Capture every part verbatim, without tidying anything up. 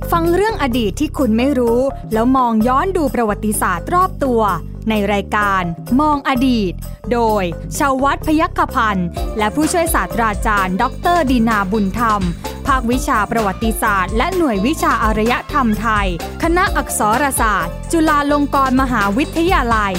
ฟังเรื่องอดีตที่คุณไม่รู้แล้วมองย้อนดูประวัติศาสตร์รอบตัวในรายการมองอดีตโดยชาววัฒน์พยัคฆพันธ์และผู้ช่วยศาสตราจารย์ดรดินาบุญธรรมภาควิชาประวัติศาสตร์และหน่วยวิชาอารยธรรมไทยคณะอักษรศาสตร์จุฬาลงกรณ์มหาวิทยาลัย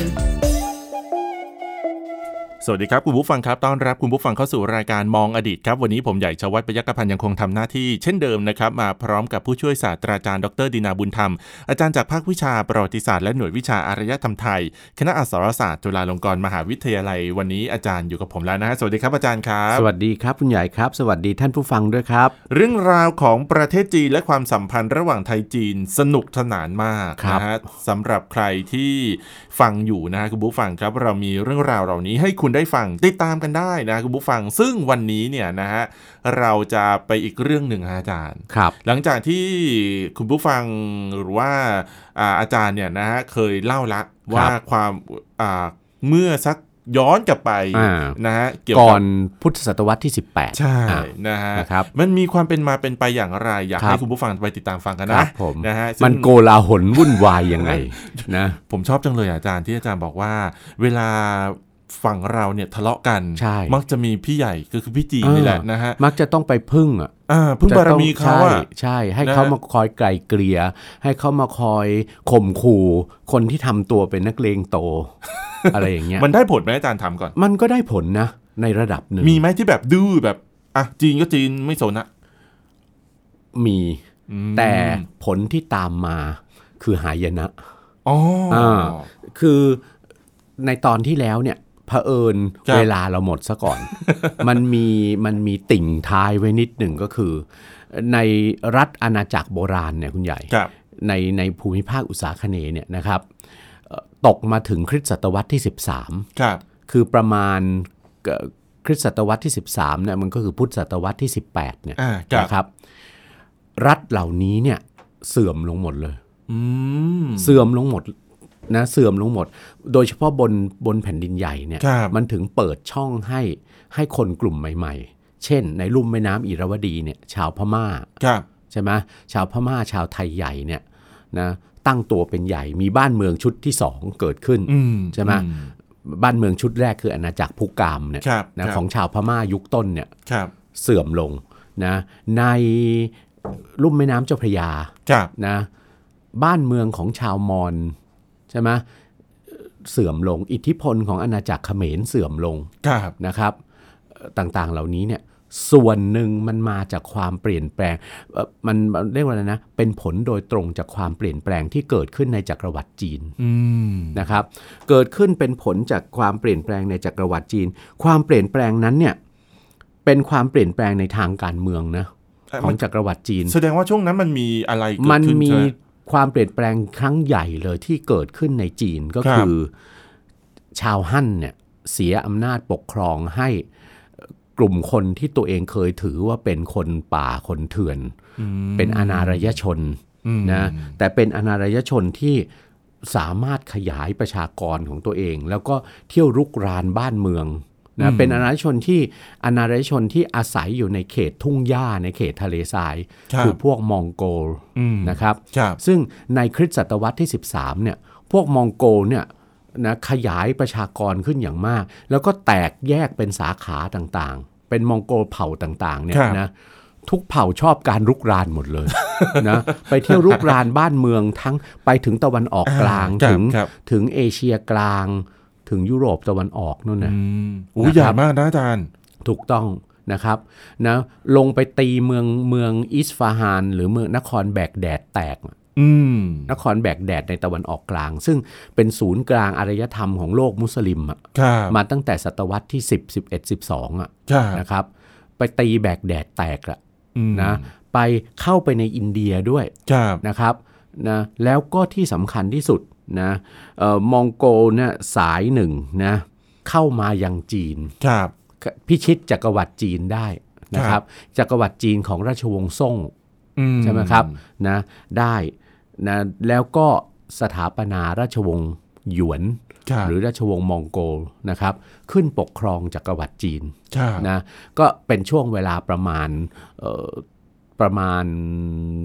สวัสดีครับคุณผู้ฟังครับต้อนรับคุณผู้ฟังเข้าสู่รายการมองอดีตครับวันนี้ผมใหญ่ชวัฒน์พยัคฆพันธ์ยังคงทำหน้าที่เช่นเดิมนะครับมาพร้อมกับผู้ช่วยศาสตราจารย์ดรดินาบุญธรรมอาจารย์จากภาควิชาประวัติศาสตร์และหน่วยวิชาอารยธรรมไทยคณะอักษรศาสตร์จุฬาลงกรณ์มหาวิทยาลัยวันนี้อาจารย์อยู่กับผมแล้วนะฮะสวัสดีครับอาจารย์ครับสวัสดีครับคุณใหญ่ครับสวัสดีท่านผู้ฟังด้วยครับเรื่องราวของประเทศจีนและความสัมพันธ์ระหว่างไทยจีนสนุกสนานมากนะฮะสำหรับใครที่ฟังอยู่นะคุณผู้ฟังครับเรามีเรื่องราวเหล่านี้ให้คุณได้ฟังติดตามกันได้นะคุณผู้ฟังซึ่งวันนี้เนี่ยนะฮะเราจะไปอีกเรื่องหนึ่งอาจารย์ครับหลังจากที่คุณผู้ฟังหรือว่าอาอาจารย์เนี่ยนะฮะเคยเล่าละว่าความเมื่อสักย้อนกลับไปนะฮะเกี่ยวกับก่อนพุทธศตวรรษที่สิบแปดใช่นะฮะมันมีความเป็นมาเป็นไปอย่างไรอยากให้คุณผู้ฟังไปติดตามฟังกันนะนะฮะมันโกลาหลวุ่นวายยังไงนะผมชอบจังเลยอาจารย์ที่อาจารย์บอกว่าเวลาฝั่งเราเนี่ยทะเลาะกันมักจะมีพี่ใหญ่ก็คือพี่จีนี่แหละนะฮะมักจะต้องไปพึ่งอ่ะพึ่งบารมีเขาอ่ะใช่ให้เขามาคอยไกลเกลี่ยให้เขามาคอยข่มขู่คนที่ทำตัวเป็นนักเลงโต อะไรอย่างเงี้ยมันได้ผลไหมอาจารย์ทำก่อนมันก็ได้ผลนะในระดับหนึ่งมีไหมที่แบบดื้อแบบอ่ะจีนก็จีนไม่สนอะมีแต่ผลที่ตามมาคือหายนะอ๋ออ่าคือในตอนที่แล้วเนี่ยเผอิญเวลาเราหมดซะก่อน มันมีมันมีติ่งท้ายไว้นิดหนึ่งก็คือในรัฐอาณาจักรโบราณเนี่ยคุณใหญ่ในในภูมิภาคอุษาคเนย์เนี่ยนะครับตกมาถึงคริสตศตวรรษที่สิบสามครับคือประมาณคริสตศตวรรษที่สิบสามเนี่ยมันก็คือพุทธศตวรรษที่สิบแปดเนี่ยนะครับรัฐเหล่านี้เนี่ยเสื่อมลงหมดเลยเสื่อมลงหมดนะเสื่อมลงหมดโดยเฉพาะบนบนแผ่นดินใหญ่เนี่ยมันถึงเปิดช่องให้ให้คนกลุ่มใหม่ๆเช่นในลุ่มแม่น้ำอิระวดีเนี่ยชาวพม่าใช่ไหมชาวพม่าชาวไทยใหญ่เนี่ยนะตั้งตัวเป็นใหญ่มีบ้านเมืองชุดที่สองเกิดขึ้นใช่ไหมบ้านเมืองชุดแรกคืออาณาจักรพุกามเนี่ยนะของชาวพม่ายุคต้นเนี่ยเสื่อมลงนะในลุ่มแม่น้ำเจ้าพระยานะบ้านเมืองของชาวมอญใช่ไหมเสื่อมลงอิทธิพลของอาณาจักรเขมรเสื่อมลงนะครับต่างๆเหล่านี้เนี่ยส่วนหนึ่งมันมาจากความเปลี่ยนแปลงมันเรียกว่าอะไรนะเป็นผลโดยตรงจากความเปลี่ยนแปลงที่เกิดขึ้นในจักรวรรดิจีนนะครับเกิดขึ้นเป็นผลจากความเปลี่ยนแปลงในจักรวรรดิจีนความเปลี่ยนแปลงนั้นเนี่ยเป็นความเปลี่ยนแปลงในทางการเมืองนะของจักรวรรดิจีนแสดงว่าช่วงนั้นมันมีอะไรเกิดขึ้นมันมีความเปลี่ยนแปลงครั้งใหญ่เลยที่เกิดขึ้นในจีนก็คือชาวฮั่นเนี่ยเสียอำนาจปกครองให้กลุ่มคนที่ตัวเองเคยถือว่าเป็นคนป่าคนเถื่อนเป็นอนาารยชนนะแต่เป็นอนาารยชนที่สามารถขยายประชากรของตัวเองแล้วก็เที่ยวรุกรานบ้านเมืองนะเป็นอนาารยชนที่อนาารยชนที่อาศัยอยู่ในเขตทุ่งหญ้าในเขตทะเลทรายคือพวกมองโกลนะครับซึ่งในคริสตศตวรรษที่สิบสามเนี่ยพวกมองโกลเนี่ยนะขยายประชากรขึ้นอย่างมากแล้วก็แตกแยกเป็นสาขาต่างๆเป็นมองโกลเผ่าต่างๆเนี่ยนะทุกเผ่าชอบการรุกรานหมดเลย นะไปเที่ยวรุกรานบ้านเมืองทั้งไปถึงตะวันออกกลางถึงถึงเอเชียกลางถึงยุโรปตะวันออกนู่นนะอู้ใหญ่มากนะอาจารย์ถูกต้องนะครับนะลงไปตีเมืองเมืองอิสฟาฮานหรือเมืองนครแบกแดดแตกนครแบกแดดในตะวันออกกลางซึ่งเป็นศูนย์กลางอารยธรรมของโลกมุสลิมมาตั้งแต่ศตวรรษที่สิบ สิบเอ็ด สิบสองอ่ะนะครับไปตีแบกแดดแตกละนะไปเข้าไปในอินเดียด้วยนะครับนะแล้วก็ที่สำคัญที่สุดนะเอ่อมองโกลเนี่ยสายหนึ่งนะเข้ามายังจีนพิชิตจักรวรรดิจีนได้นะครับจักรวรรดิจีนของราชวงศ์ซ่งใช่ไหมครับนะได้นะแล้วก็สถาปนาราชวงศ์หยวนหรือราชวงศ์มองโกลนะครับขึ้นปกครองจักรวรรดิจีนนะก็เป็นช่วงเวลาประมาณเอ่อประมาณ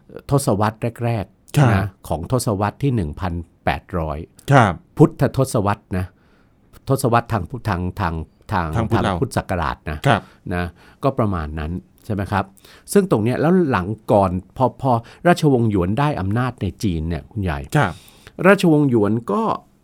ทศวรรษแรกๆนะของทศวรรษที่ หนึ่งพันแปดร้อยครับพุทธทศวรรษนะทศวรรษทางทางทางทางทางพุทธศักราชนะนะก็ประมาณนั้นใช่ไหมครับซึ่งตรงเนี้ยแล้วหลังก่อนพอพอราชวงศ์หยวนได้อำนาจในจีนเนี่ยคุณใหญ่ราชวงศ์หยวนก็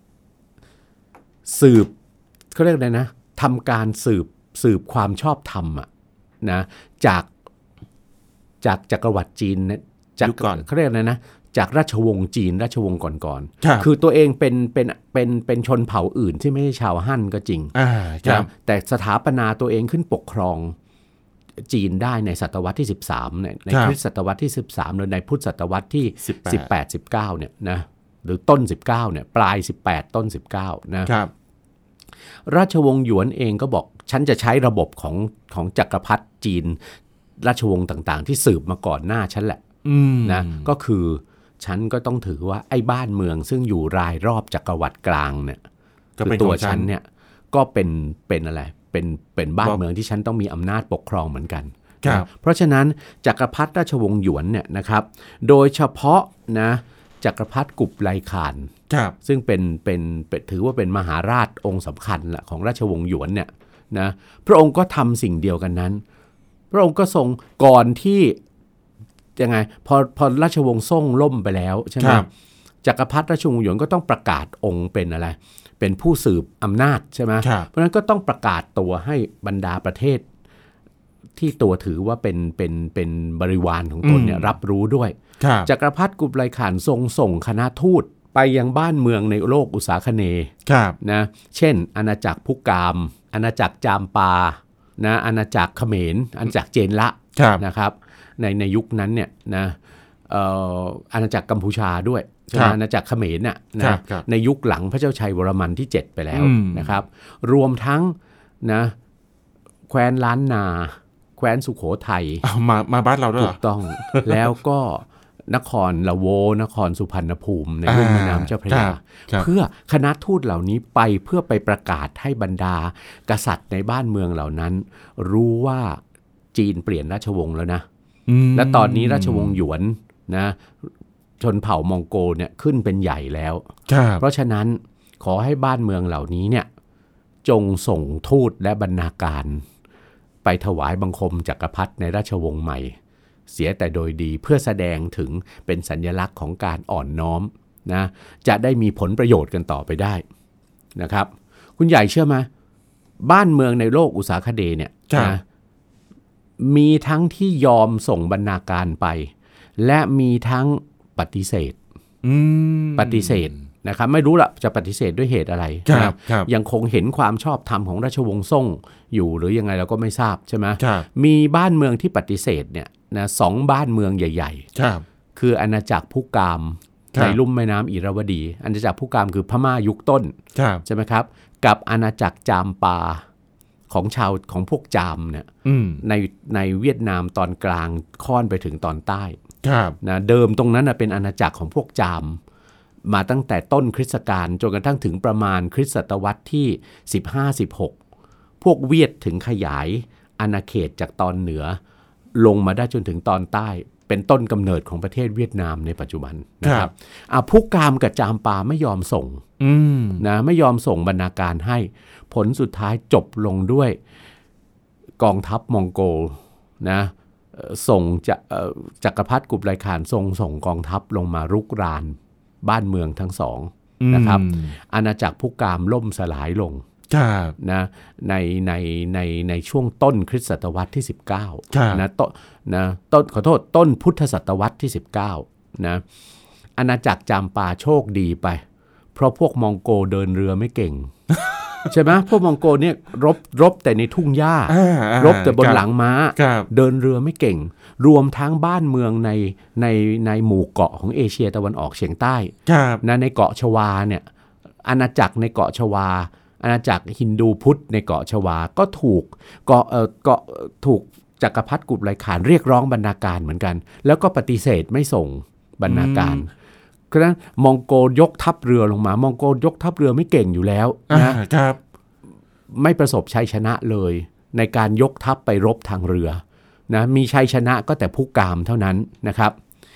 สืบเขาเรียกอะไรนะทำการสืบสืบความชอบธรรมอะนะจากจากจักรวรรดิจีนเนี่ยจากเขาเรียกอะไรนะจากราชวงศ์จีนราชวงศ์ก่อนๆ คือตัวเองเป็นเป็นเป็นเป็นชนเผ่าอื่นที่ไม่ใช่ชาวฮั่นก็จริงนะแต่สถาปนาตัวเองขึ้นปกครองจีนได้ในศตวรรษที่สิบสามเนี่ยในคริสตศตวรรษที่สิบสามหรือในพุทธศตวรรษที่สิบแปด สิบเก้าเนี่ยนะหรือต้นสิบเก้าเนี่ยปลายสิบแปดต้นสิบเก้านะครับราชวงศ์หยวนเองก็บอกฉันจะใช้ระบบของของจักรพรรดิจีนราชวงศ์ต่างๆที่สืบมาก่อนหน้าฉันแหละนะก็คือฉันก็ต้องถือว่าไอ้บ้านเมืองซึ่งอยู่รายรอบจักรวรรดิกลางเนี่ยคือตัวฉันเนี่ยก็เป็นเป็นอะไรเป็นเป็นบ้านเมืองที่ฉันต้องมีอำนาจปกครองเหมือนกันเพราะฉะนั้นจักรพรรดิราชวงศ์หยวนเนี่ยนะครับโดยเฉพาะนะจักรพรรดิกุบไลข่านซึ่งเป็นเป็นถือว่าเป็นมหาราชองค์สำคัญละของราชวงศ์หยวนเนี่ยนะพระองค์ก็ทำสิ่งเดียวกันนั้นพระองค์ก็ทรงก่อนที่ยังไงพอพอราชวงศ์ซ่งล่มไปแล้วใช่ไหมจักรพรรดิราชวงศ์หยวนก็ต้องประกาศองค์เป็นอะไรเป็นผู้สืบอำนาจใช่ไหมเพราะฉะนั้นก็ต้องประกาศตัวให้บรรดาประเทศที่ตัวถือว่าเป็นเป็นเป็นบริวารของตนเนี่ยรับรู้ด้วยจักรพรรดิกุบไลข่านทรงส่งคณะทูตไปยังบ้านเมืองในโลกอุษาคเนย์นะเช่นอาณาจักรพุกามอาณาจักรจามปานะอาณาจักรเขมรอาณาจักรเจนละนะครับในในยุคนั้นเนี่ยนะอาณาจักรกัมพูชาด้วยอาณาจักรเขมรน่ะนะในยุคหลังพระเจ้าชัยวรมันที่เจ็ดไปแล้วนะครับรวมทั้งนะแคว้นล้านนาแคว้นสุโขทัยมามาบ้านเราด้วยถูกต้อง แล้วก็นครละโวนครสุพรรณภูมิในลุ่มแม่น้ำเจ้าพระยาเพื่อคณะทูตเหล่านี้ไปเพื่อไปประกาศให้บรรดากษัตริย์ในบ้านเมืองเหล่านั้นรู้ว่าจีนเปลี่ยนราชวงศ์แล้วนะและตอนนี้ราชวงศ์หยวนนะชนเผ่ามองโกเนี่ยขึ้นเป็นใหญ่แล้วเพราะฉะนั้นขอให้บ้านเมืองเหล่านี้เนี่ยจงส่งทูตและบรรณาการไปถวายบังคมจักรพรรดิในราชวงศ์ใหม่เสียแต่โดยดีเพื่อแสดงถึงเป็นสัญลักษณ์ของการอ่อนน้อมนะจะได้มีผลประโยชน์กันต่อไปได้นะครับคุณใหญ่เชื่อไหมบ้านเมืองในโลกอุษาคเนย์เนี่ยนะมีทั้งที่ยอมส่งบรรณาการไปและมีทั้งปฏิเสธปฏิเสธนะครับไม่รู้ละจะปฏิเสธด้วยเหตุอะไรนะยังคงเห็นความชอบธรรมของราชวงศ์ซ่งอยู่หรือยังไงเราก็ไม่ทราบใช่ไหมมีบ้านเมืองที่ปฏิเสธเนี่ยนะสองบ้านเมืองใหญ่ๆคืออาณาจักรพุกามในลุ่มแม่น้ำอิระวดีอาณาจักรพุกามคือพม่ายุคต้นใช่ไหมครับกับอาณาจักรจามปาของชาวของพวกจามเนี่ยในในเวียดนามตอนกลางค่อนไปถึงตอนใต้นะเดิมตรงนั้นนะเป็นอาณาจักรของพวกจามมาตั้งแต่ต้นคริสตกาลจนกระทั่งถึงประมาณคริสตศตวรรษที่ สิบห้า สิบหก พวกเวียดถึงขยายอาณาเขตจากตอนเหนือลงมาได้จนถึงตอนใต้เป็นต้นกำเนิดของประเทศเวียดนามในปัจจุบันนะครับอ่ะพุกามกับจามปาไม่ยอมส่งนะไม่ยอมส่งบรรณาการให้ผลสุดท้ายจบลงด้วยกองทัพมองโกลนะส่งจะจักรพรรดิกุบไลข่านทรงส่งกองทัพลงมารุกรานบ้านเมืองทั้งสองนะครับอาณาจักรพุกามล่มสลายลงนะในในในในช่วงต้นคริสตศตวรรษที่สิบเก้านะต้นนะต้นขอโทษต้นพุทธศตวรรษที่สิบเก้านะอาณาจักรจามปาโชคดีไปเพราะพวกมองโกเดินเรือไม่เก่ง ใช่ไหมพวกมองโกเนี่ยรบรบแต่ในทุ่งหญ้ารบแต่บนหลังม้าเดินเรือไม่เก่งรวมทั้งบ้านเมืองในในในหมู่เกาะของเอเชียตะวันออกเฉียงใต้นะในเกาะชวาเนี่ยอาณาจักรในเกาะชวาอาณาจักรฮินดูพุทธในเกาะชวาก็ถูกเกาะเอ่อเกาะถูกจักรพรรดิกุบไลข่านเรียกร้องบรรณาการเหมือนกันแล้วก็ปฏิเสธไม่ส่งบรรณาการเพราะฉะนั้นมองโกยกทัพเรือลงมามองโกยกทัพเรือไม่เก่งอยู่แล้วนะครับไม่ประสบชัยชนะเลยในการยกทัพไปรบทางเรือนะมีชัยชนะก็แต่พุกามเท่านั้นนะครับ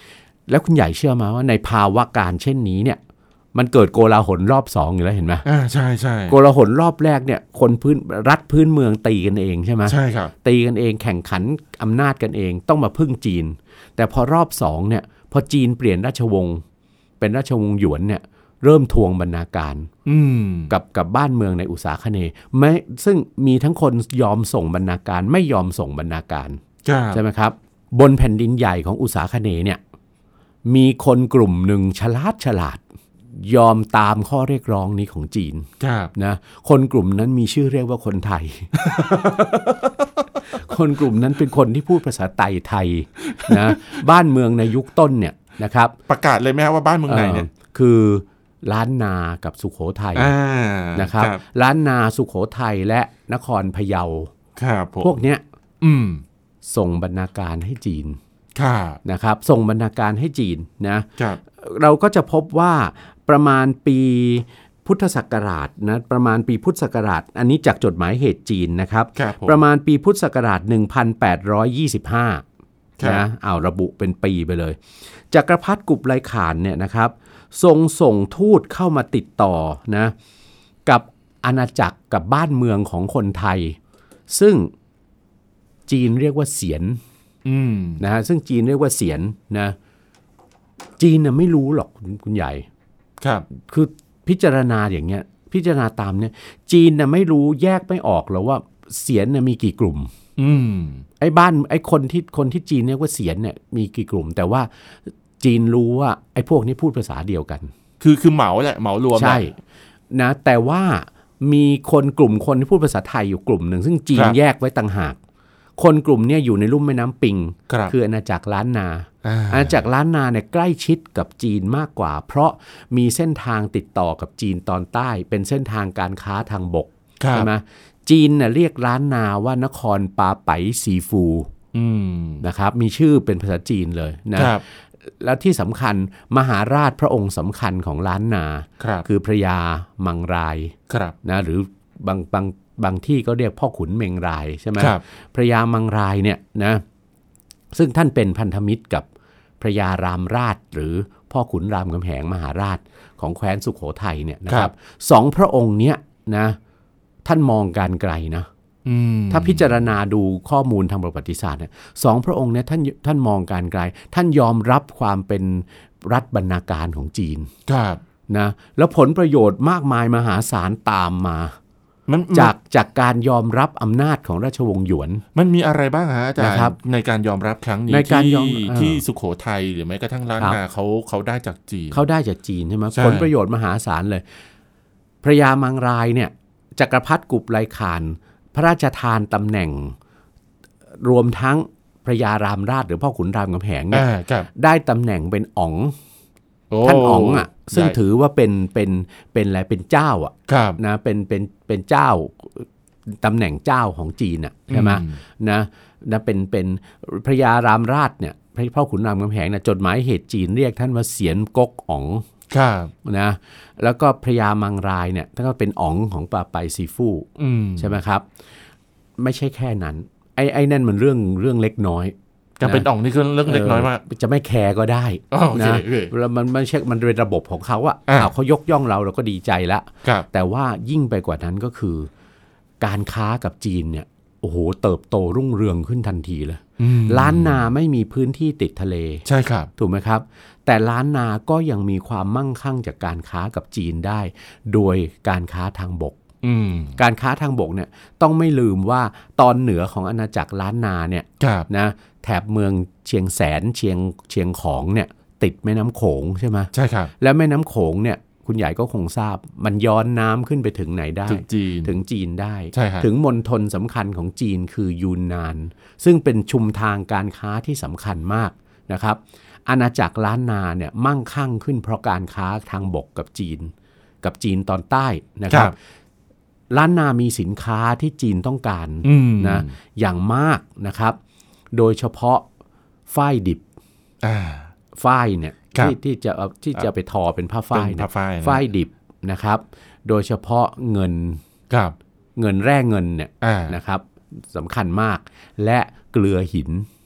แล้วคุณใหญ่เชื่อมาว่าในภาวะการเช่นนี้เนี่ยมันเกิดโกลาหลรอบสองอยู่แล้วเห็นไหมอ่าใช่ใช่โกลาหลรอบแรกเนี่ยคนพื้นรัฐพื้นเมืองตีกันเองใช่ไหมใช่ครับตีกันเองแข่งขันอำนาจกันเองต้องมาพึ่งจีนแต่พอรอบสองเนี่ยพอจีนเปลี่ยนราชวงศ์เป็นราชวงศ์หยวนเนี่ยเริ่มทวงบรรณาการกับกับบ้านเมืองในอุษาคเนย์แม้ซึ่งมีทั้งคนยอมส่งบรรณาการไม่ยอมส่งบรรณาการใช่ไหมครับบนแผ่นดินใหญ่ของอุษาคเนย์เนี่ยมีคนกลุ่มหนึ่งฉลาดฉลาดยอมตามข้อเรียกร้องนี้ของจีนนะคนกลุ่มนั้นมีชื่อเรียกว่าคนไทย คนกลุ่มนั้นเป็นคนที่พูดภาษาไทยไทยนะบ้านเมืองในยุคต้นเนี่ยนะครับประกาศเลยไหมว่าบ้านเมืองไหนเนี่ยคือล้านนากับสุโขทัยนะครับล้านนาสุโขทัยและนครพะเยาพวกเนี้ยส่งบรรณาการให้จีนนะครับส่งบรรณาการให้จีนนะเราก็จะพบว่าประมาณปีพุทธศักราชนะประมาณปีพุทธศักราชอันนี้จากจดหมายเหตุจีนนะครับประมาณปีพุทธศักราชหนึ่งพันแปดร้อยยี่สิบห้านะเอาระบุเป็นปีไปเลยจักรพรรดิกุบไลข่านเนี่ยนะครับทรงส่งทูตเข้ามาติดต่อนะกับอาณาจักรกับบ้านเมืองของคนไทยซึ่งจีนเรียกว่าเสียนนะฮะซึ่งจีนเรียกว่าเสียนนะจีนน่ะไม่รู้หรอกคุณใหญ่ครับคือพิจารณาอย่างเงี้ยพิจารณาตามเนี่ยจีนน่ะไม่รู้แยกไม่ออกหรอกว่าเสียนน่ะมีกี่กลุ่มไอ้บ้านไอ้คนที่คนที่จีนเรียกว่าเสียนเนี่ยมีกี่กลุ่มแต่ว่าจีนรู้ว่าไอ้พวกนี้พูดภาษาเดียวกันคือคือเหมาแหละเหมารวมใช่นะแต่ว่ามีคนกลุ่มคนที่พูดภาษาไทยอยู่กลุ่มหนึ่งซึ่งจีนแยกไว้ต่างหากคนกลุ่มนี้อยู่ในลุ่มแม่น้ำปิงคืออาณาจักรล้านนาอาณาจักรล้านนาเนี่ยใกล้ชิดกับจีนมากกว่าเพราะมีเส้นทางติดต่อกับจีนตอนใต้เป็นเส้นทางการค้าทางบกใช่ไหมจีนเนี่ยเรียกล้านนาว่านครปาไปซีฟูนะครับมีชื่อเป็นภาษาจีนเลยนะแล้วที่สำคัญมหาราชพระองค์สำคัญของล้านนาคือพระยามังรายนะหรือบางบางบางที่ก็เรียกพ่อขุนเมงรายใช่ไหมพระยามังรายเนี่ยนะซึ่งท่านเป็นพันธมิตรกับพระยารามราชหรือพ่อขุนรามคำแหงมหาราชของแคว้นสุโขทัยเนี่ยนะครับสองพระองค์เนี้ยนะท่านมองการไกลนะถ้าพิจารณาดูข้อมูลทางประวัติศาสตร์เนี่ยสองพระองค์เนี่ยท่านท่านมองการไกลท่านยอมรับความเป็นรัฐบรรณาการของจีนนะแล้วผลประโยชน์มากมายมหาศาลตามมาจากจากการยอมรับอำนาจของราชวงศ์หยวนมันมีอะไรบ้างฮะอาจารย์ในการยอมรับครั้งนี้ที่ที่สุโขทัยหรือแม้กระทั่งล้านนาเขาเขาได้จากจีนเขาได้จากจีนใช่ไหมผลประโยชน์มหาศาลเลยพระยามังรายเนี่ยจักรพรรดิกุบไลข่านพระราชทานตำแหน่งรวมทั้งพระยารามราชหรือพ่อขุนรามคำแหงเนี่ยได้ตำแหน่งเป็นอ๋องท่านอ๋องอ่ะซึ่งถือว่าเป็นเป็นเป็นอะไรเป็นเจ้าอ่ะนะเป็นเป็นเป็นเจ้าตำแหน่งเจ้าของจีนอ่ะใช่ไหมนะนะเป็นเป็นพระยารามราชเนี่ยพระพ่อขุนรามคำแหงเนี่ยจดหมายเหตุจีนเรียกท่านว่าเสียนก๊กอ๋องนะแล้วก็พระยามังรายเนี่ยท่านก็เป็นอ๋องของปาไปซีฟู่ใช่ไหมครับไม่ใช่แค่นั้นไอ้ไอ้นั่นมันเรื่องเรื่องเล็กน้อยจะเป็นอ่องนี่คือเรื่องเล็กน้อยมากจะไม่แคร์ก็ได้นะแล้วมันไม่ใช่มันเป็นระบบของเขาอะเขายกย่องเราเราก็ดีใจละแต่ว่ายิ่งไปกว่านั้นก็คือการค้ากับจีนเนี่ยโอ้โหเติบโตรุ่งเรืองขึ้นทันทีเลยล้านนาไม่มีพื้นที่ติดทะเลใช่ครับถูกไหมครับแต่ล้านนาก็ยังมีความมั่งคั่งจากการค้ากับจีนได้โดยการค้าทางบกการค้าทางบกเนี่ยต้องไม่ลืมว่าตอนเหนือของอาณาจักรล้านนาเนี่ยนะแถบเมืองเชียงแสนเชียงเชียงของเนี่ยติดแม่น้ำโขงใช่ไหมใช่ครับและแม่น้ำโขงเนี่ยคุณใหญ่ก็คงทราบมันย้อนน้ำขึ้นไปถึงไหนได้ถึงจีนถึงจีนได้ถึงมณฑลสำคัญของจีนคือยูนนานซึ่งเป็นชุมทางการค้าที่สำคัญมากนะครับอาณาจักรล้านนาเนี่ยมั่งคั่งขึ้นเพราะการค้าทางบกกับจีนกับจีนตอนใต้นะครับล้านนามีสินค้าที่จีนต้องการนะอย่างมากนะครับโดยเฉพาะฝ้ายดิบฝ้ายเนี่ยที่ที่จะที่จะไปทอเป็นผ้าฝ้ายเนี่ยฝ้ายดิบนะครับโดยเฉพาะเงินเงินแร่เงินเนี่ยนะครับสำคัญมากและเกลือหิน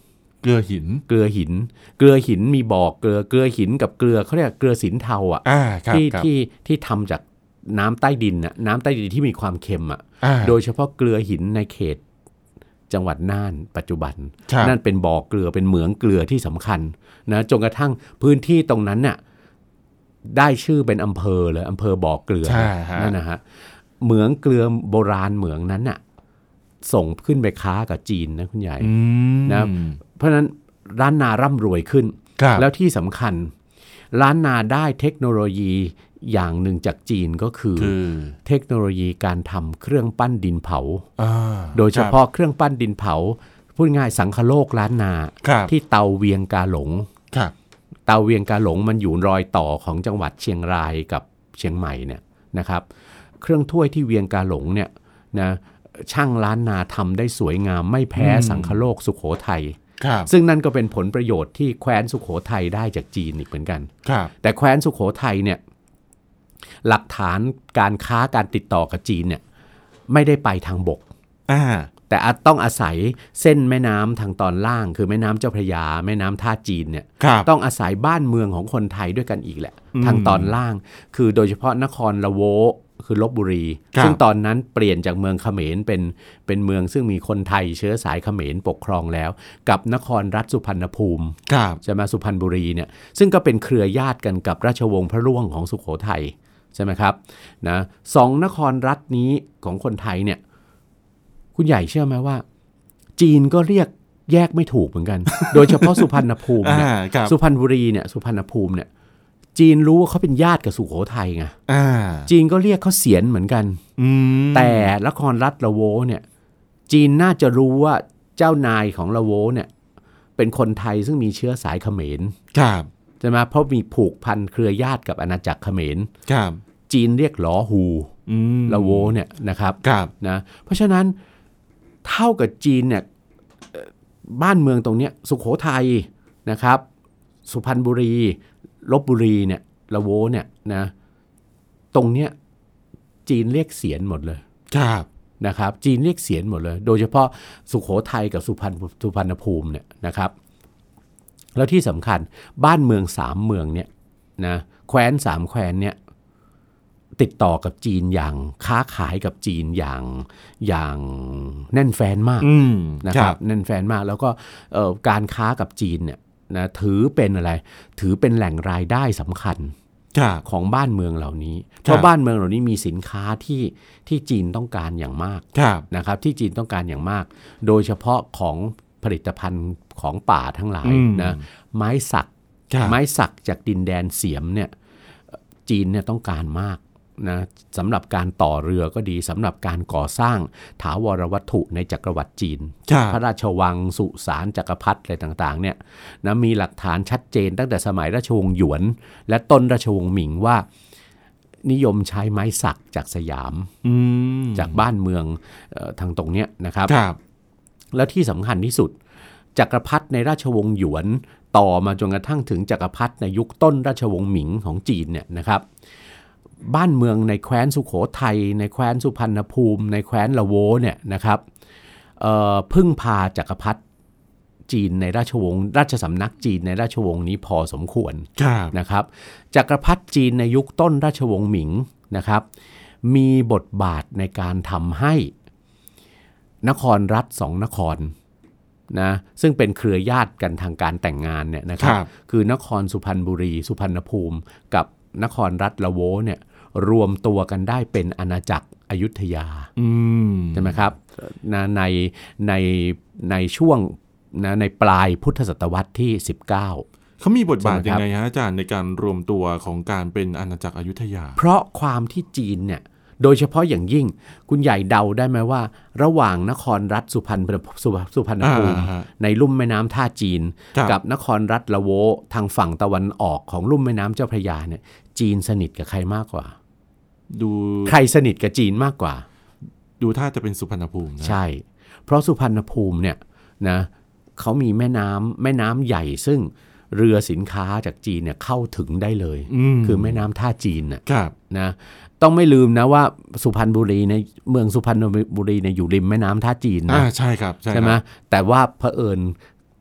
เกลือหินเกลือหินเกลือหินมีบ่อเกลือเกลือหินกับเกลือเขาเรียกเกลือสินเทาอ่ะที่ที่ที่ทำจากน้ำใต้ดินน่ะน้ำใต้ดินที่มีความเค็มอ่ะโดยเฉพาะเกลือหินในเขตจังหวัดน่านปัจจุบันนั่นเป็นบ่อเกลือเป็นเหมืองเกลือที่สำคัญนะจนกระทั่งพื้นที่ตรงนั้นน่ะได้ชื่อเป็นอำเภอเลยอำเภอบ่อเกลือนั่นนะฮะเหมืองเกลือโบราณเหมืองนั้นน่ะส่งขึ้นไปค้ากับจีนนะคุณใหญ่นะเพราะฉะนั้นล้านนาร่ำรวยขึ้นแล้วที่สำคัญล้านนาได้เทคโนโลยีอย่างหนึ่งจากจีนก็คือเทคโนโลยีการทำเครื่องปั้นดินเผาโดยเฉพาะเครื่องปั้นดินเผาพูดง่ายสังคโลกล้านนาที่เตาเวียงกาหลงเตาเวียงกาหลงมันอยู่รอยต่อของจังหวัดเชียงรายกับเชียงใหม่เนี่ยนะครับเครื่องถ้วยที่เวียงกาหลงเนี่ยนะช่างล้านนาทำได้สวยงามไม่แพ้สังคโลกสุโขทัยซึ่งนั่นก็เป็นผลประโยชน์ที่แคว้นสุโขทัยได้จากจีนอีกเหมือนกันแต่แคว้นสุโขทัยเนี่ยหลักฐานการค้าการติดต่อกับจีนเนี่ยไม่ได้ไปทางบกแต่ต้องอาศัยเส้นแม่น้ำทางตอนล่างคือแม่น้ำเจ้าพระยาแม่น้ำท่าจีนเนี่ยต้องอาศัยบ้านเมืองของคนไทยด้วยกันอีกแหละทางตอนล่างคือโดยเฉพาะนครละโวคือลพบุรีซึ่งตอนนั้นเปลี่ยนจากเมืองเขมรเป็นเป็นเมืองซึ่งมีคนไทยเชื้อสายเขมรปกครองแล้วกับนครรัฐสุพรรณภูมิใช่ไหมสุพรรณบุรีเนี่ยซึ่งก็เป็นเครือญาติกันกับราชวงศ์พระร่วงของสุโขทัยใช่ไหมครับนะสองนครรัฐนี้ของคนไทยเนี่ยคุณใหญ่เชื่อไหมว่าจีนก็เรียกแยกไม่ถูกเหมือนกัน โดยเฉพาะสุพรรณภูมิเนี่ยสุพรรณบุรีเนี่ยสุพรรณภูมิเนี่ยจีนรู้ว่าเขาเป็นญาติกับสุโขทัยไงจีนก็เรียกเขาเสียนเหมือนกันแต่นครรัฐละโวเนี่ยจีนน่าจะรู้ว่าเจ้านายของละโวเนี่ยเป็นคนไทยซึ่งมีเชื้อสายเขมรใช่ไหมเพราะมีผูกพันเครือญาติกับอาณาจักรเขมรจีนเรียกหลอฮูละโวเนี่ยนะครับนะเพราะฉะนั้นเท่ากับจีนเนี่ยบ้านเมืองตรงเนี้ยสุโขทัยนะครับสุพรรณบุรีลพบุรีเนี่ยละโวเนี่ยนะตรงเนี้ยจีนเรียกเสียนหมดเลยนะครับจีนเรียกเสียนหมดเลยโดยเฉพาะสุโขทัยกับสุพรรณสุพรรณภูมิเนี่ยนะครับแล้วที่สำคัญบ้านเมืองสามเมืองเนี่ยนะแคว้นสามแคว้นเนี่ยติดต่อกับจีนอย่างค้าขายกับจีนอย่างอย่างแน่นแฟ้นมากนะครับแน่นแฟ้นมากแล้วก็การค้ากับจีนเนี่ยนะถือเป็นอะไรถือเป็นแหล่งรายได้สำคัญของบ้านเมืองเหล่านี้เพราะบ้านเมืองเหล่านี้มีสินค้าที่ที่จีนต้องการอย่างมากนะครับที่จีนต้องการอย่างมากโดยเฉพาะของผลิตภัณฑ์ของป่าทั้งหลายนะไม้สักไม้สักจากดินแดนเสียมเนี่ยจีนเนี่ยต้องการมากนะสำหรับการต่อเรือก็ดีสำหรับการก่อสร้างถาวรวัตถุในจักรวรรดิจีนพระราชวังสุสานจักรพรรดิอะไรต่างๆเนี่ยนะมีหลักฐานชัดเจนตั้งแต่สมัยราชวงศ์หยวนและต้นราชวงศ์หมิงว่านิยมใช้ไม้สักจากสยามจากบ้านเมืองเอ่อทางตรงเนี้ยนะครับแล้วที่สำคัญที่สุดจักรพรรดิในราชวงศ์หยวนต่อมาจนกระทั่งถึงจักรพรรดิในยุคต้นราชวงศ์หมิงของจีนเนี่ยนะครับบ้านเมืองในแคว้นสุโขทัยในแคว้นสุพรรณภูมิในแคว้นละโวเนี่ยนะครับพึ่งพาจักรพรรดิจีนในราชวงศ์ราชสำนักจีนในราชวงศ์นี้พอสมควรนะครับจักรพรรดิจีนในยุคต้นราชวงศ์หมิงนะครับมีบทบาทในการทำให้นครรัฐสองนครนะซึ่งเป็นเครือญาติกันทางการแต่งงานเนี่ยนะครับคือนครสุพรรณบุรีสุพรรณภูมิกับนครรัฐละโวเนี่ยรวมตัวกันได้เป็นอาณาจักรอยุธยาใช่ไหมครับในในในช่วงนะในปลายพุทธศตวรรษที่สิบเก้าเขามีบทบาทยังไงฮะอาจารย์ในการรวมตัวของการเป็นอาณาจักรอยุธยาเพราะความที่จีนเนี่ยโดยเฉพาะอย่างยิ่งคุณใหญ่เดาได้ไหมว่าระหว่างนครรัฐสุพรรณสุพรรณภูมิในลุ่มแม่น้ำท่าจีนกับนครรัฐละโวทางฝั่งตะวันออกของลุ่มแม่น้ำเจ้าพระยาเนี่ยจีนสนิทกับใครมากกว่าดูใครสนิทกับจีนมากกว่าดูถ้าจะเป็นสุพรรณภูมินะใช่เพราะสุพรรณภูมิเนี่ยนะเขามีแม่น้ำแม่น้ำใหญ่ซึ่งเรือสินค้าจากจีนเนี่ยเข้าถึงได้เลยคือแม่น้ำท่าจีนน่ะนะต้องไม่ลืมนะว่าสุพรรณบุรีในเมืองสุพรรณบุรีเนี่ยอยู่ริมแม่น้ำท่าจีนนะใช่ครับใช่ไหมแต่ว่าเผอิญ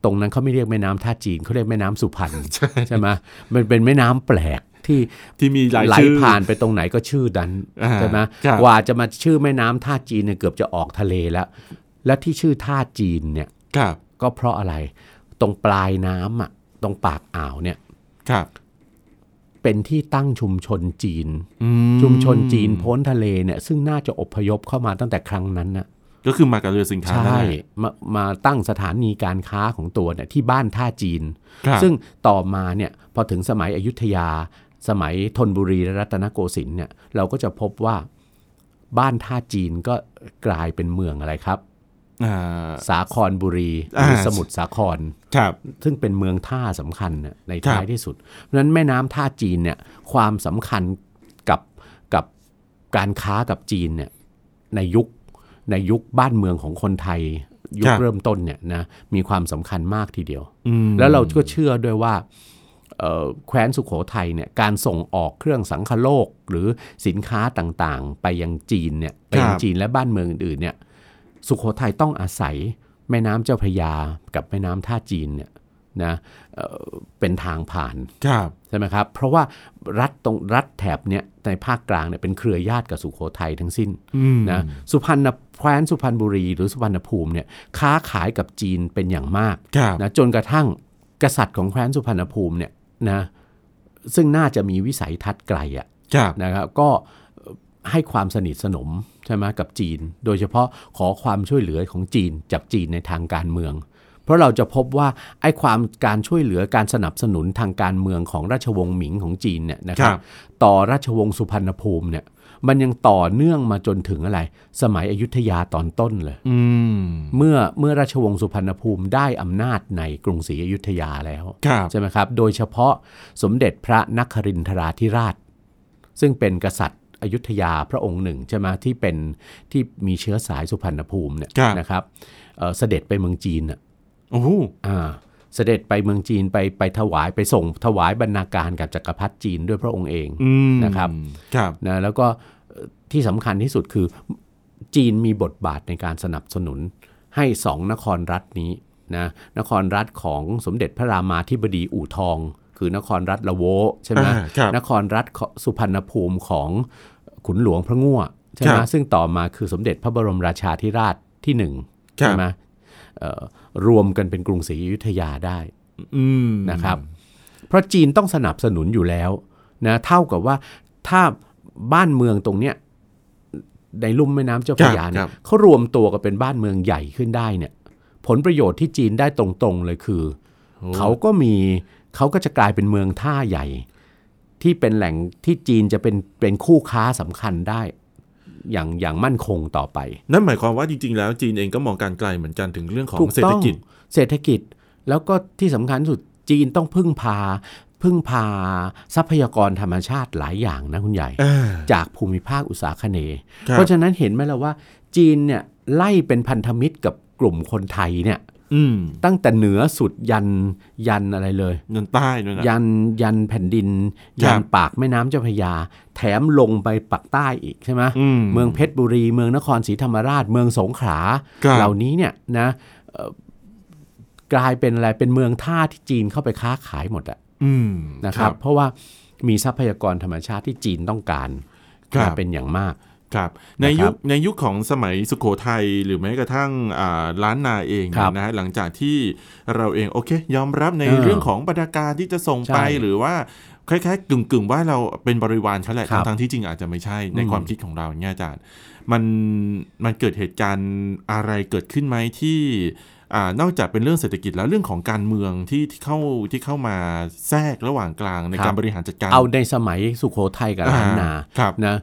ตรงนั้นเขาไม่เรียกแม่น้ำท่าจีนเขาเรียกแม่น้ำสุพรรณ ใช่ไหมมันเป็นแม่น้ำแปลกที่ที่มีหลายไหลชื่อผ่านไปตรงไหนก็ชื่อนั้นใช่ไหมกว่าจะมาชื่อแม่น้ำท่าจีนเนี่ยเกือบจะออกทะเลแล้วและที่ชื่อท่าจีนเนี่ยก็เพราะอะไรตรงปลายน้ำอ่ะตรงปากอ่าวเนี่ยเป็นที่ตั้งชุมชนจีนชุมชนจีนพ้นทะเลเนี่ยซึ่งน่าจะอพยพเข้ามาตั้งแต่ครั้งนั้นนะก็คือมากับเรือสินค้าใช่มามาตั้งสถานีการค้าของตัวเนี่ยที่บ้านท่าจีนซึ่งต่อมาเนี่ยพอถึงสมัยอยุธยาสมัยธนบุรีและรัตนโกสินทร์เนี่ยเราก็จะพบว่าบ้านท่าจีนก็กลายเป็นเมืองอะไรครับสาครบุรีหรือสมุทรสาครซึ่งเป็นเมืองท่าสำคัญในท้ายที่สุดเพราะฉะนั้นแม่น้ำท่าจีนเนี่ยความสำคัญกับกับการค้ากับจีนเนี่ยในยุคในยุคบ้านเมืองของคนไทยยุคเริ่มต้นเนี่ยนะมีความสำคัญมากทีเดียวแล้วเราก็เชื่อด้วยว่าแคว้นสุโขทัยเนี่ยการส่งออกเครื่องสังคโลกหรือสินค้าต่างๆไปยังจีนเนี่ยไปยังจีนและบ้านเมืองอื่นๆเนี่ยสุโขทัยต้องอาศัยแม่น้ำเจ้าพระยากับแม่น้ำท่าจีนเนี่ยนะ เอ่อ เป็นทางผ่านใช่ไหมครับเพราะว่ารัฐตรงรัฐแถบเนี้ยในภาคกลางเนี่ยเป็นเครือญาติกับสุโขทัยทั้งสิ้นนะสุพรรณแคว้นสุพรรณบุรีหรือสุพรรณภูมิเนี่ยค้าขายกับจีนเป็นอย่างมากนะจนกระทั่งกษัตริย์ของแคว้นสุพรรณภูมิเนี่ยนะซึ่งน่าจะมีวิสัยทัศน์ไกลอ่ะนะครับก็ให้ความสนิทสนมใช่ไหมกับจีนโดยเฉพาะขอความช่วยเหลือของจีนจากจีนในทางการเมืองเพราะเราจะพบว่าไอ้ความการช่วยเหลือการสนับสนุนทางการเมืองของราชวงศ์หมิงของจีนเนี่ยนะครับต่อราชวงศ์สุพรรณภูมิเนี่ยมันยังต่อเนื่องมาจนถึงอะไรสมัยอยุธยาตอนต้นเลยเมื่อเมื่อราชวงศ์สุพรรณภูมิได้อำนาจในกรุงศรีอยุธยาแล้วใช่ไหมครับโดยเฉพาะสมเด็จพระนครินทราธิราชซึ่งเป็นกษัตริย์อยุธยาพระองค์หนึ่งใช่ไหมที่เป็นที่มีเชื้อสายสุพรรณภูมิเนี่ยนะครับ เอ่อ เสด็จไปเมืองจีนอ่ะโอ้โหอ่าเสด็จไปเมืองจีนไปไปถวายไปส่งถวายบรรณาการกับจักรพรรดิจีนด้วยพระองค์เองนะครับนะแล้วก็ที่สำคัญที่สุดคือจีนมีบทบาทในการสนับสนุนให้สองนครรัฐนี้นะนครรัฐของสมเด็จพระรามาธิบดีอู่ทองคือนครรัฐละโวใช่ไหมนครรัฐสุพรรณภูมิของขุนหลวงพระง่วใช่ไหมซึ่งต่อมาคือสมเด็จพระบรมราชาธิราชที่หนึ่งใช่ไหมรวมกันเป็นกรุงศรีอยุธยาได้นะครับเพราะจีนต้องสนับสนุนอยู่แล้วนะเท่ากับว่าถ้าบ้านเมืองตรงเนี้ยในลุ่มแม่น้ำเจ้าพระยาเนี่ยเขารวมตัวกันเป็นบ้านเมืองใหญ่ขึ้นได้เนี่ยผลประโยชน์ที่จีนได้ตรงๆเลยคือเขาก็มีเขาก็จะกลายเป็นเมืองท่าใหญ่ที่เป็นแหล่งที่จีนจะเป็นเป็นคู่ค้าสำคัญได้อย่างอย่างมั่นคงต่อไปนั่นหมายความว่าจริงๆแล้วจีนเองก็มองการไกลเหมือนกันถึงเรื่องของเศรษฐกิจเศรษฐกิจแล้วก็ที่สำคัญสุดจีนต้องพึ่งพาพึ่งพาทรัพยากรธรรมชาติหลายอย่างนะคุณใหญ่จากภูมิภาคอุตสาคเนย์เพราะฉะนั้นเห็นไหมล่ะว่าจีนเนี่ยไล่เป็นพันธมิตรกับกลุ่มคนไทยเนี่ยตั้งแต่เหนือสุดยันยันอะไรเลยยันใต้ด้วยนะยันยันแผ่นดินยันปากแม่น้ำเจ้าพระยาแถมลงไปปักใต้อีกใช่ไหมเมืองเพชรบุรีเมืองนครศรีธรรมราชเมืองสงขลาเหล่านี้เนี่ยนะกลายเป็นอะไรเป็นเมืองท่าที่จีนเข้าไปค้าขายหมดอะนะครับเพราะว่ามีทรัพยากรธรรมชาติที่จีนต้องการเป็นอย่างมากครับในยุคในยุคของสมัยสุโขทัยหรือแม้กระทั่งล้านนาเองนะหลังจากที่เราเองโอเคยอมรับในเรื่องของบรรณาการที่จะส่งไปหรือว่าคล้ายๆกึ่งๆว่าเราเป็นบริวารเขาแหละทั้งที่จริงอาจจะไม่ใช่ในความคิดของเราเนี่ยอาจารย์มันมันเกิดเหตุการณ์อะไรเกิดขึ้นไหมที่นอกจากเป็นเรื่องเศรษฐกิจแล้วเรื่องของการเมืองที่ที่เข้าที่เข้ามาแทรกระหว่างกลางในการบริหารจัดการเอาในสมัยสุโขทัยกับล้านนานะ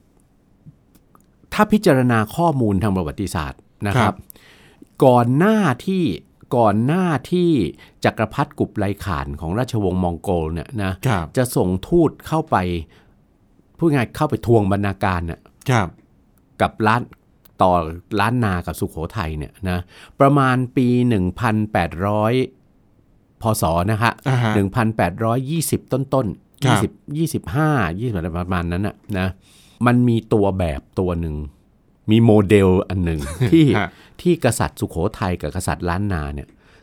ถ้าพิจารณาข้อมูลทางประวัติศาสตร์นะครับก่อนหน้าที่ก่อนหน้าที่จักรพรรดิกุบไลข่านของราชวงศ์มองโกลเนี่ยนะจะส่งทูตเข้าไปพูดง่ายเข้าไปทวงบรรณาการน่ะกับล้านต่อล้านนากับสุโขทัยเนี่ยนะประมาณปีหนึ่งพันแปดร้อยพศนะฮะ หนึ่งพันแปดร้อยยี่สิบต้นๆยี่สิบ ยี่สิบห้า ยี่สิบอะไรประมาณนั้นน่ะนะมันมีตัวแบบตัวหนึ่งมีโมเดลอันหนึ่งที่ที่กษัตริย์สุโขทัยกับกษัตริย์ล้านนาเนี่ย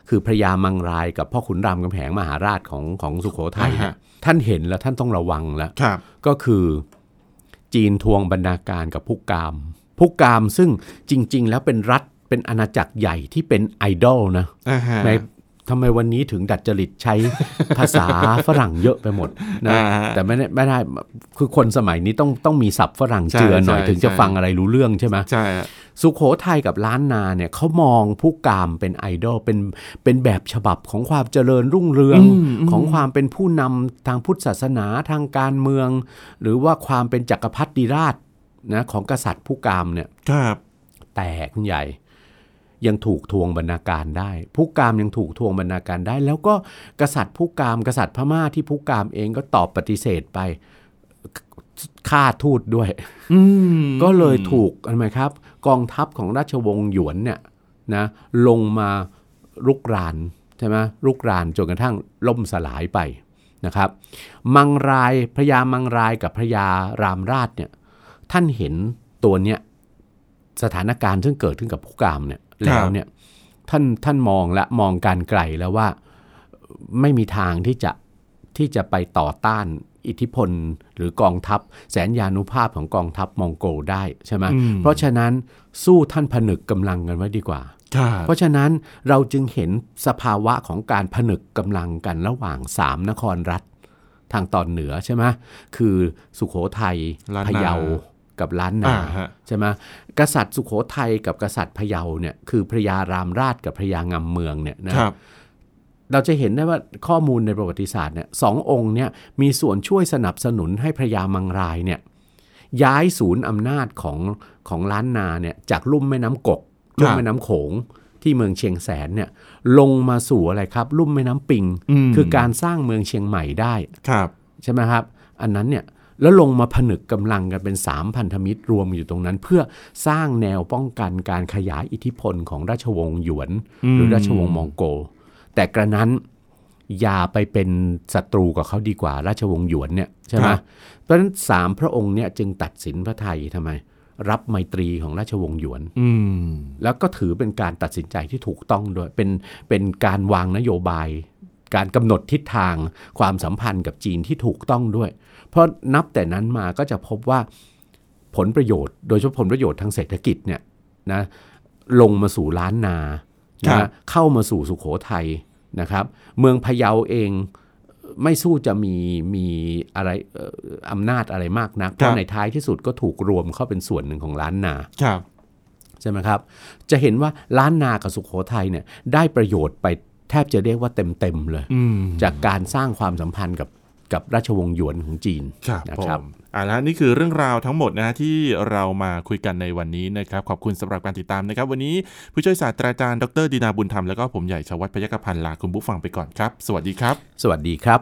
คือพระยามังรายกับพ่อขุนรามคำแหงมหาราชของของสุโขทัยท่านเห็นแล้วท่านต้องระวังแล้วก็คือจีนทวงบรรณาการกับพุกามพุกามซึ่งจริงๆแล้วเป็นรัฐเป็นอาณาจักรใหญ่ที่เป็นไอดอลนะในทำไมวันนี้ถึงดัดจริตใช้ภาษาฝรั่งเยอะไปหมดนะแต่ไม่ได้ไม่ได้คือคนสมัยนี้ต้องต้องมีศัพท์ฝรั่งเจือหน่อยถึงจะฟังอะไรรู้เรื่องใช่ไหมใช่สุโขทัยกับล้านนาเนี่ยเขามองผู้กามเป็นไอดอลเป็นเป็นแบบฉบับของความเจริญรุ่งเรืองของความเป็นผู้นำทางพุทธศาสนาทางการเมืองหรือว่าความเป็นจักรพรรดิราชนะของกษัตริย์ผู้กามเนี่ยแต่คุณใหญ่ยังถูกทวงบรรณาการได้ผู้กามยังถูกทวงบรรณาการได้แล้วก็กษัตริย์ผู้กามกษัตริย์พม่าที่ผู้กามเองก็ตอบปฏิเสธไปฆ่าทูตด้วยก็เลยถูกใช่ไหมครับกองทัพของราชวงศ์หยวนเนี่ยนะลงมารุกรานใช่ไหมรุกรานจนกระทั่งล่มสลายไปนะครับมังรายพระยามังรายกับพระยารามราชเนี่ยท่านเห็นตัวเนี้ยสถานการณ์ซึ่งเกิดขึ้นกับผู้กามเนี่ยแล้วเนี่ยท่านท่านมองและมองการไกลแล้วว่าไม่มีทางที่จะที่จะไปต่อต้านอิทธิพลหรือกองทัพแสนยานุภาพของกองทัพมองโกลได้ใช่ไหมเพราะฉะนั้นสู้ท่านผนึกกำลังกันไว้ดีกว่าเพราะฉะนั้นเราจึงเห็นสภาวะของการผนึกกำลังกันระหว่างสามนครรัฐทางตอนเหนือใช่ไหมคือสุโขทัยพะเยากับล้านนาใช่ไหมกษัตริย์สุโขทัยกับกษัตริย์พะเยาเนี่ยคือพระยารามราชกับพระยางำเมืองเนี่ยนะเราจะเห็นได้ว่าข้อมูลในประวัติศาสตร์เนี่ยสององค์เนี่ยมีส่วนช่วยสนับสนุนให้พระยามังรายเนี่ยย้ายศูนย์อำนาจของของล้านนาเนี่ยจากลุ่มแม่น้ำกกลุ่มแม่น้ำโขงที่เมืองเชียงแสนเนี่ยลงมาสู่อะไรครับลุ่มแม่น้ำปิงคือการสร้างเมืองเชียงใหม่ได้ใช่ไหมครับอันนั้นเนี่ยแล้วลงมาผนึกกำลังกันเป็นสามพันธมิตรรวมอยู่ตรงนั้นเพื่อสร้างแนวป้องกันการขยายอิทธิพลของราชวงศ์หยวนหรือราชวงศ์มองโกลแต่กระนั้นอย่าไปเป็นศัตรูกับเขาดีกว่าราชวงศ์หยวนเนี่ยใช่ไหมเพราะฉะนั้นสามพระองค์เนี่ยจึงตัดสินพระทัยทำไมรับไมตรีของราชวงศ์หยวนแล้วก็ถือเป็นการตัดสินใจที่ถูกต้องด้วยเป็นเป็นการวางนโยบายการกำหนดทิศทางความสัมพันธ์กับจีนที่ถูกต้องด้วยเพราะนับแต่นั้นมาก็จะพบว่าผลประโยชน์โดยเฉพาะผลประโยชน์ทางเศรษฐกิจเนี่ยนะลงมาสู่ล้านนานะเข้ามาสู่สุโขทัยนะครับเมืองพะเยาเองไม่สู้จะมีมีอะไรอำนาจอะไรมากนักเพราะในท้ายที่สุดก็ถูกรวมเข้าเป็นส่วนหนึ่งของล้านนาใช่ไหมครับจะเห็นว่าล้านนากับสุโขทัยเนี่ยได้ประโยชน์ไปแทบจะเรียกว่าเต็มๆเลยจากการสร้างความสัมพันธ์กับกับราชวงศ์หยวนของจีนนะครับอ่าแล้วนี่คือเรื่องราวทั้งหมดนะที่เรามาคุยกันในวันนี้นะครับขอบคุณสำหรับการติดตามนะครับวันนี้ผู้ช่วยศาสตราจารย์ดร.ดินาบุญธรรมแล้วก็ผมใหญ่ชวัฒน์พยัคฆพันธ์ลาคุณผู้ฟังไปก่อนครับสวัสดีครับสวัสดีครับ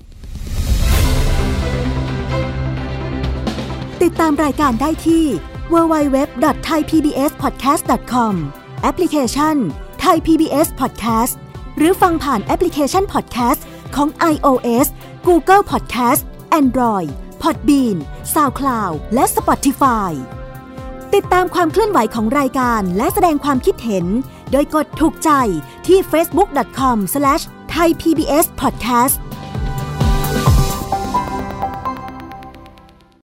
ติดตามรายการได้ที่ ดับเบิลยู ดับเบิลยู ดับเบิลยู ดอท ไทย พี บี เอส พอดแคสต์ ดอท คอม แอปพลิเคชัน Thai พี บี เอส Podcast หรือฟังผ่านแอปพลิเคชัน Podcast ของ iOS Google Podcast Android Podbean SoundCloud และ Spotify ติดตามความเคลื่อนไหวของรายการและแสดงความคิดเห็นโดยกดถูกใจที่ เฟซบุ๊ก ดอท คอม สแลช ไทย พี บี เอส พอดแคสต์